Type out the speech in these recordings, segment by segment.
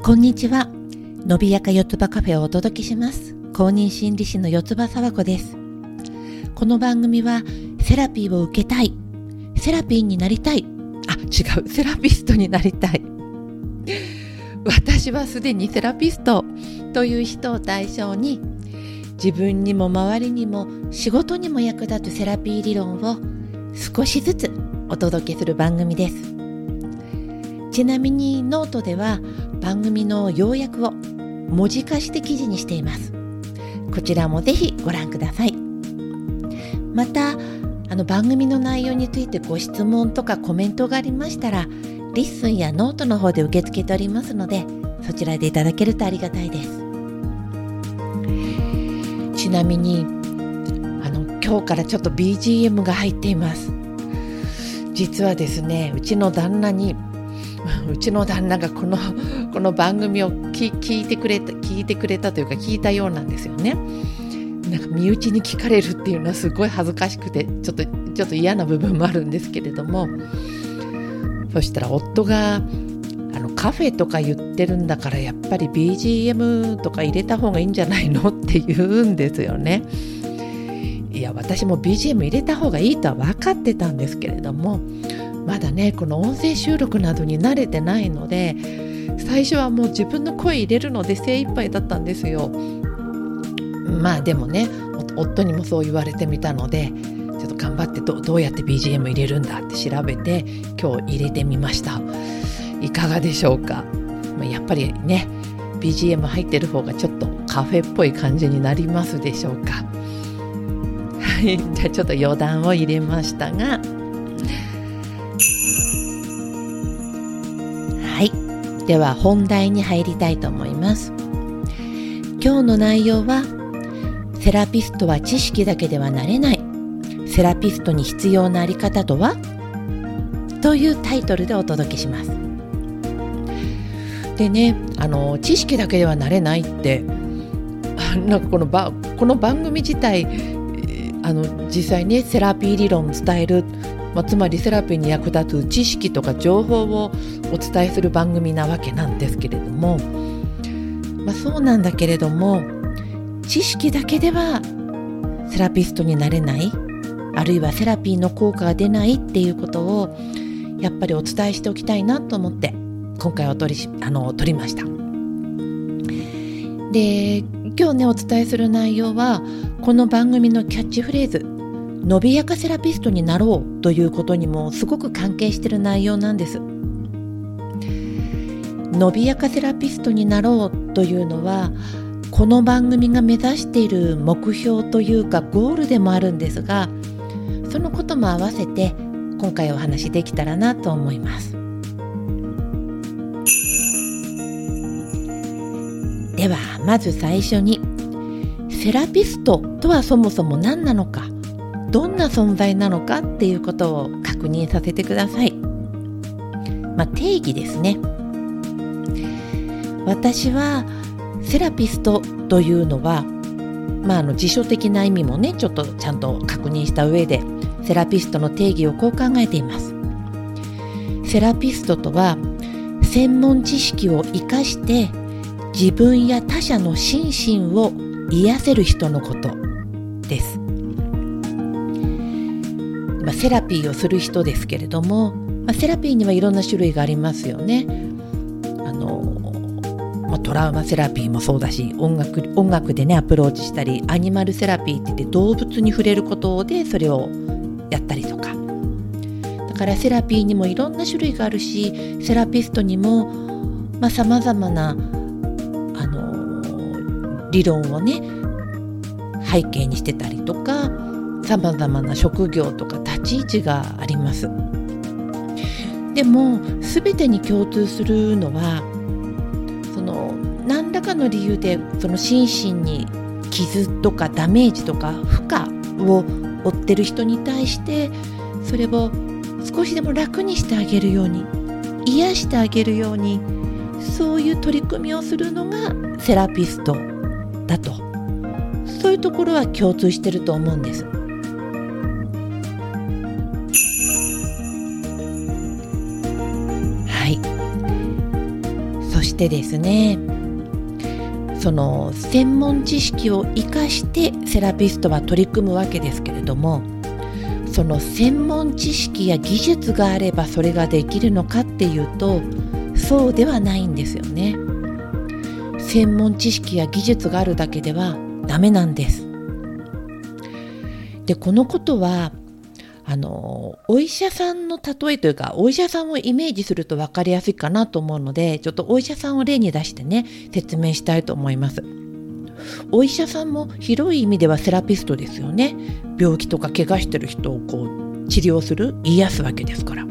こんにちは。のびやかよつばカフェをお届けします。公認心理師のよつばさわこです。この番組はセラピーを受けたい、セラピーになりたい、セラピストになりたい、私はすでにセラピストという人を対象に、自分にも周りにも仕事にも役立つセラピー理論を少しずつお届けする番組です。ちなみにノートでは番組の要約を文字化して記事にしています。こちらもぜひご覧ください。また番組の内容についてご質問とかコメントがありましたら、リッスンやノートの方で受け付けておりますので、そちらでいただけるとありがたいです。ちなみに今日からちょっと BGM が入っています。実はですね、うちの旦那がこの番組を聞いてくれたというか、聞いたようなんですよね。なんか身内に聞かれるっていうのはすごい恥ずかしくて、ちょっと嫌な部分もあるんですけれども、そしたら夫がカフェとか言ってるんだからやっぱり BGM とか入れた方がいいんじゃないのって言うんですよね。いや、私も BGM 入れた方がいいとは分かってたんですけれども、まだねこの音声収録などに慣れてないので、最初はもう自分の声入れるので精一杯だったんですよ。まあでもね、夫にもそう言われてみたので、ちょっと頑張ってどうやって BGM 入れるんだって調べて今日入れてみました。いかがでしょうか。やっぱりね BGM 入ってる方がちょっとカフェっぽい感じになりますでしょうか。はい、じゃあちょっと余談を入れましたが、はい、では本題に入りたいと思います。今日の内容は、セラピストは知識だけではなれない、セラピストに必要なあり方とは？というタイトルでお届けします。でね、知識だけではなれないってなんかこの番組自体実際ねセラピー理論を伝える、つまりセラピーに役立つ知識とか情報をお伝えする番組なわけなんですけれども、そうなんだけれども、知識だけではセラピストになれない、あるいはセラピーの効果が出ないっていうことをやっぱりお伝えしておきたいなと思って今回は撮りました。で、今日ねお伝えする内容は、この番組のキャッチフレーズ、のびやかセラピストになろうということにもすごく関係している内容なんです。のびやかセラピストになろうというのは、この番組が目指している目標というかゴールでもあるんですが、そのことも合わせて今回お話しできたらなと思います。ではまず最初に、セラピストとはそもそも何なのか、どんな存在なのかっていうことを確認させてください。定義ですね。私はセラピストというのは、辞書的な意味もねちょっとちゃんと確認した上で、セラピストの定義をこう考えています。セラピストとは、専門知識を生かして自分や他者の心身を癒せる人のことです。セラピーをする人ですけれども、セラピーにはいろんな種類がありますよね。トラウマセラピーもそうだし、音楽でねアプローチしたり、アニマルセラピーって言って動物に触れることでそれをやったりとか、だからセラピーにもいろんな種類があるし、セラピストにもさまざまな理論をね背景にしてたりとか、さまざまな職業とか立ち位置があります。でも全てに共通するのは、何らかの理由でその心身に傷とかダメージとか負荷を負ってる人に対して、それを少しでも楽にしてあげるように、癒してあげるように、そういう取り組みをするのがセラピストだと、そういうところは共通してると思うんです。はい。そそしてですね、その専門知識を生かしてセラピストは取り組むわけですけれども、その専門知識や技術があればそれができるのかっていうと、そうではないんですよね。専門知識や技術があるだけではダメなんです。で、このことはお医者さんの例えというか、お医者さんをイメージすると分かりやすいかなと思うので、ちょっとお医者さんを例に出してね、説明したいと思います。お医者さんも広い意味ではセラピストですよね。病気とか怪我してる人を治療する、癒すわけですから。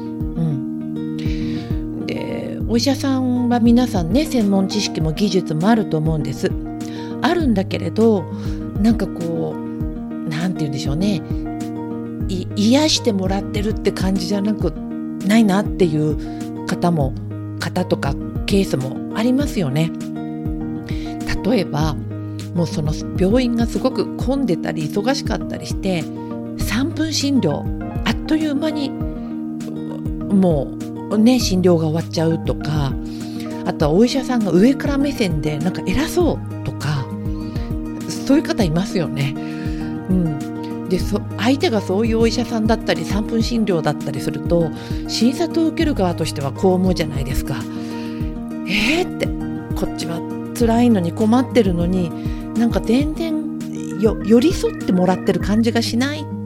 で、お医者さんは皆さんね、専門知識も技術もあると思うんです。あるんだけれど、なんて言うんでしょうね、癒してもらってるって感じじゃないなっていう方とかケースもありますよね。例えば、もうその病院がすごく混んでたり忙しかったりして、3分診療あっという間にもうね、診療が終わっちゃうとか、あとはお医者さんが上から目線で偉そうとか、そういう方いますよね。で、相手がそういうお医者さんだったり3分診療だったりすると、診察を受ける側としてはこう思うじゃないですか。ってこっちは辛いのに困ってるのに、全然寄り添ってもらってる感じがしないって。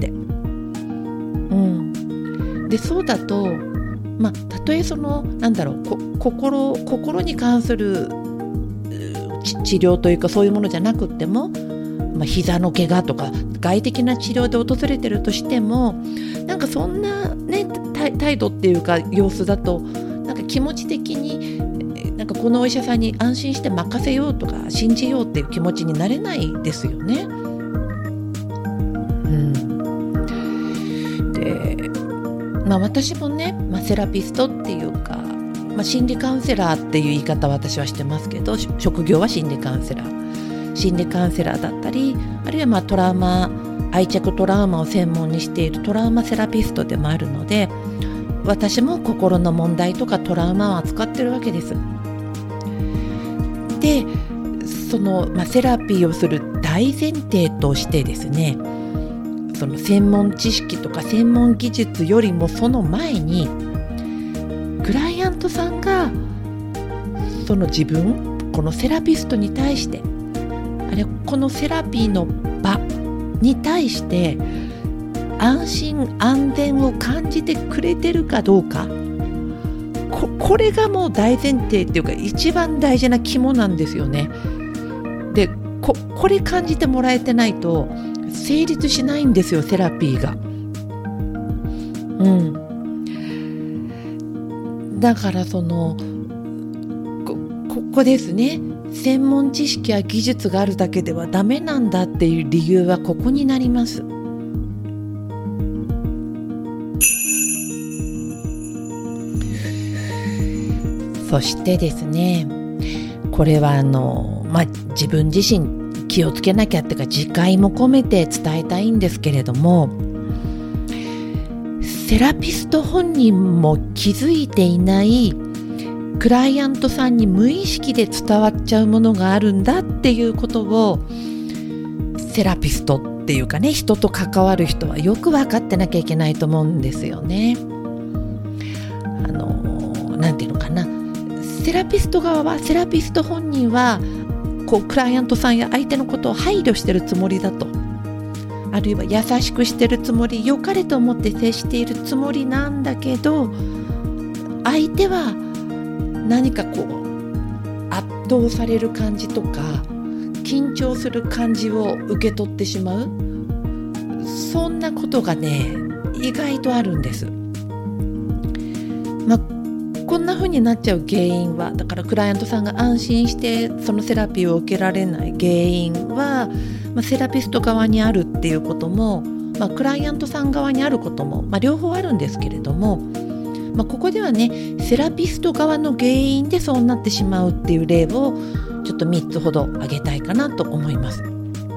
で、そうだと、たとえ心に関する治療というか、そういうものじゃなくっても、膝の怪我とか外的な治療で訪れてるとしても、そんなね、態度っていうか様子だと、気持ち的にこのお医者さんに安心して任せようとか信じようっていう気持ちになれないですよね。で、私もね、セラピストっていうか、心理カウンセラーっていう言い方は私はしてますけど、職業は心理カウンセラーだったり、あるいは愛着トラウマを専門にしているトラウマセラピストでもあるので、私も心の問題とかトラウマを扱ってるわけです。で、その、セラピーをする大前提としてですね、その専門知識とか専門技術よりもその前に、クライアントさんがそのこのセラピストに対して、このセラピーの場に対して安心安全を感じてくれてるかどうか、これがもう大前提っていうか一番大事な肝なんですよね。で、これ感じてもらえてないと成立しないんですよ、セラピーが。だからここですね。専門知識や技術があるだけではダメなんだっていう理由はここになります。そしてですね、これは自分自身気をつけなきゃっていうか、自戒も込めて伝えたいんですけれども、セラピスト本人も気づいていないクライアントさんに無意識で伝わっちゃうものがあるんだっていうことを、セラピストっていうかね、人と関わる人はよく分かってなきゃいけないと思うんですよね。なんていうのかな、セラピスト側は、セラピスト本人はクライアントさんや相手のことを配慮してるつもりだと、あるいは優しくしてるつもり、良かれと思って接しているつもりなんだけど、相手は何か圧倒される感じとか緊張する感じを受け取ってしまう、そんなことがね、意外とあるんです。こんな風になっちゃう原因は、だからクライアントさんが安心してそのセラピーを受けられない原因は、セラピスト側にあるっていうことも、クライアントさん側にあることも、両方あるんですけれども、ここではね、セラピスト側の原因でそうなってしまうっていう例をちょっと3つほど挙げたいかなと思います。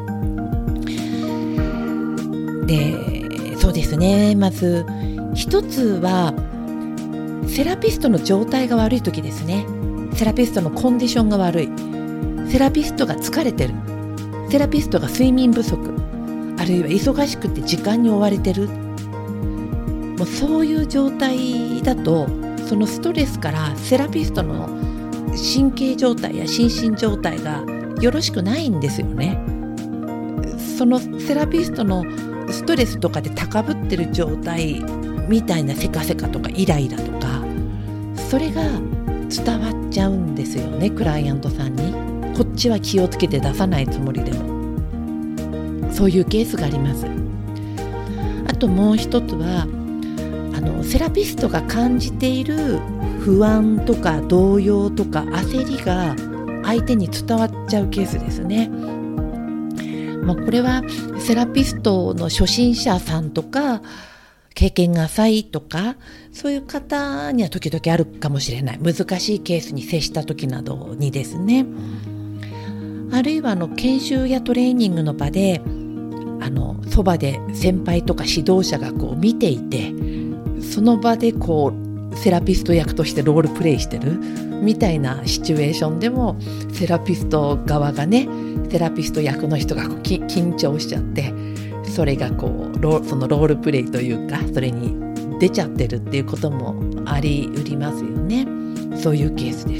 で、そうですね、まず一つはセラピストの状態が悪い時ですね。 セラピストのコンディションが悪い、セラピストが疲れてる、セラピストが睡眠不足、あるいは忙しくて時間に追われてる、もうそういう状態だと、そのストレスからセラピストの神経状態や心身状態がよろしくないんですよね。そのセラピストのストレスとかで高ぶってる状態みたいなせかせかとかイライラとか、それが伝わっちゃうんですよね、クライアントさんに。こっちは気をつけて出さないつもりでも。そういうケースがあります。あともう一つは、セラピストが感じている不安とか動揺とか焦りが相手に伝わっちゃうケースですね。これはセラピストの初心者さんとか経験が浅いとか、そういう方には時々あるかもしれない。難しいケースに接した時などにですね。あるいは研修やトレーニングの場でそばで先輩とか指導者がこう見ていて、その場でこうセラピスト役としてロールプレイしてるみたいなシチュエーションでも、セラピスト側がね、セラピスト役の人が緊張しちゃって、それがこうそのロールプレイというか、それに出ちゃってるっていうこともありうりますよね。そういうケースです。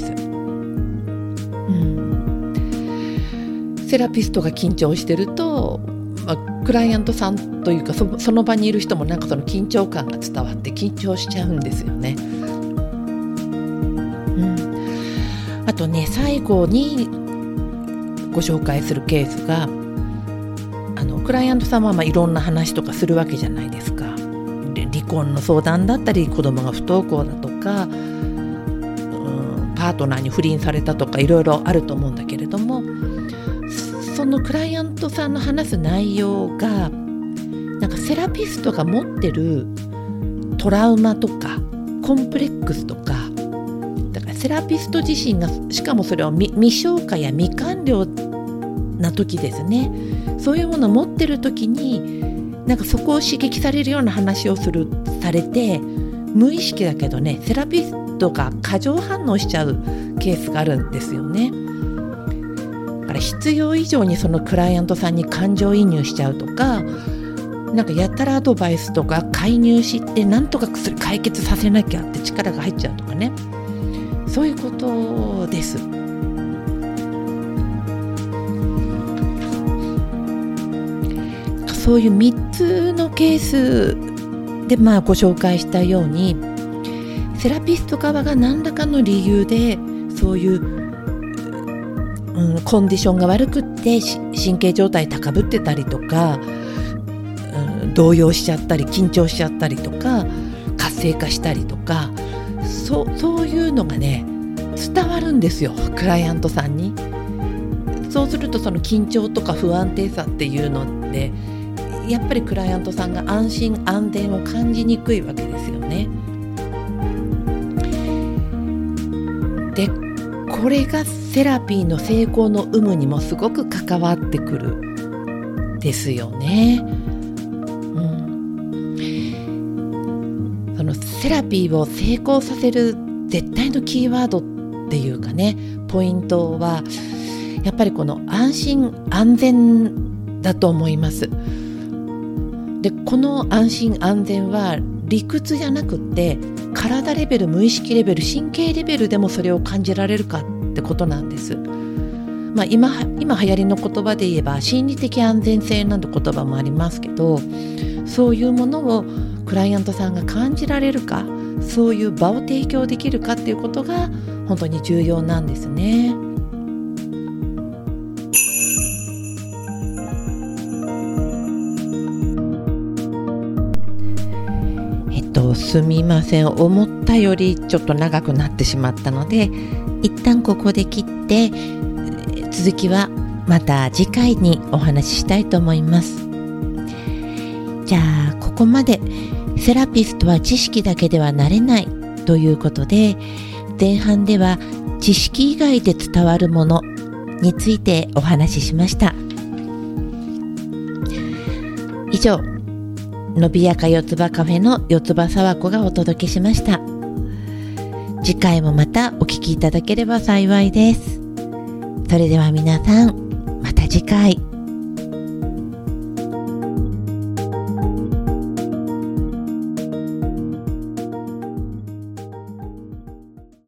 セラピストが緊張してると、クライアントさんというか その場にいる人もなんかその緊張感が伝わって緊張しちゃうんですよね。あとね、最後にご紹介するケースが、クライアントさんはいろんな話とかするわけじゃないですか。で、離婚の相談だったり、子供が不登校だとか、パートナーに不倫されたとか、いろいろあると思うんだけれども、そのクライアントさんの話す内容がなんかセラピストが持ってるトラウマとかコンプレックスとか、だからセラピスト自身が、しかもそれを未消化や未完了な時ですね、そういうものを持ってる時になんかそこを刺激されるような話をされて、無意識だけどね、セラピストが過剰反応しちゃうケースがあるんですよね。だから必要以上にそのクライアントさんに感情移入しちゃうとか、なんかやたらアドバイスとか介入してなんとか解決させなきゃって力が入っちゃうとかね、そういうことです。そういう3つのケースでご紹介したように、セラピスト側が何らかの理由でそういうコンディションが悪くって神経状態高ぶってたりとか、動揺しちゃったり緊張しちゃったりとか活性化したりとか、そういうのがね伝わるんですよ、クライアントさんに。そうするとその緊張とか不安定さっていうのってやっぱりクライアントさんが安心安全を感じにくいわけですよね。で、これがセラピーの成功の有無にもすごく関わってくるですよね。そのセラピーを成功させる絶対のキーワードっていうかね、ポイントはやっぱりこの安心安全だと思います。で、この安心安全は理屈じゃなくって体レベル、無意識レベル、神経レベルでもそれを感じられるかってことなんです。今流行りの言葉で言えば心理的安全性なんて言葉もありますけど、そういうものをクライアントさんが感じられるか、そういう場を提供できるかっていうことが本当に重要なんですね。すみません、思ったよりちょっと長くなってしまったので一旦ここで切って、続きはまた次回にお話ししたいと思います。じゃあここまでセラピストは知識だけではなれないということで、前半では知識以外で伝わるものについてお話ししました。以上、のびやか四つ葉カフェの四つ葉さわこがお届けしました。 次回もまたお聞きいただければ幸いです。それでは皆さん、また次回。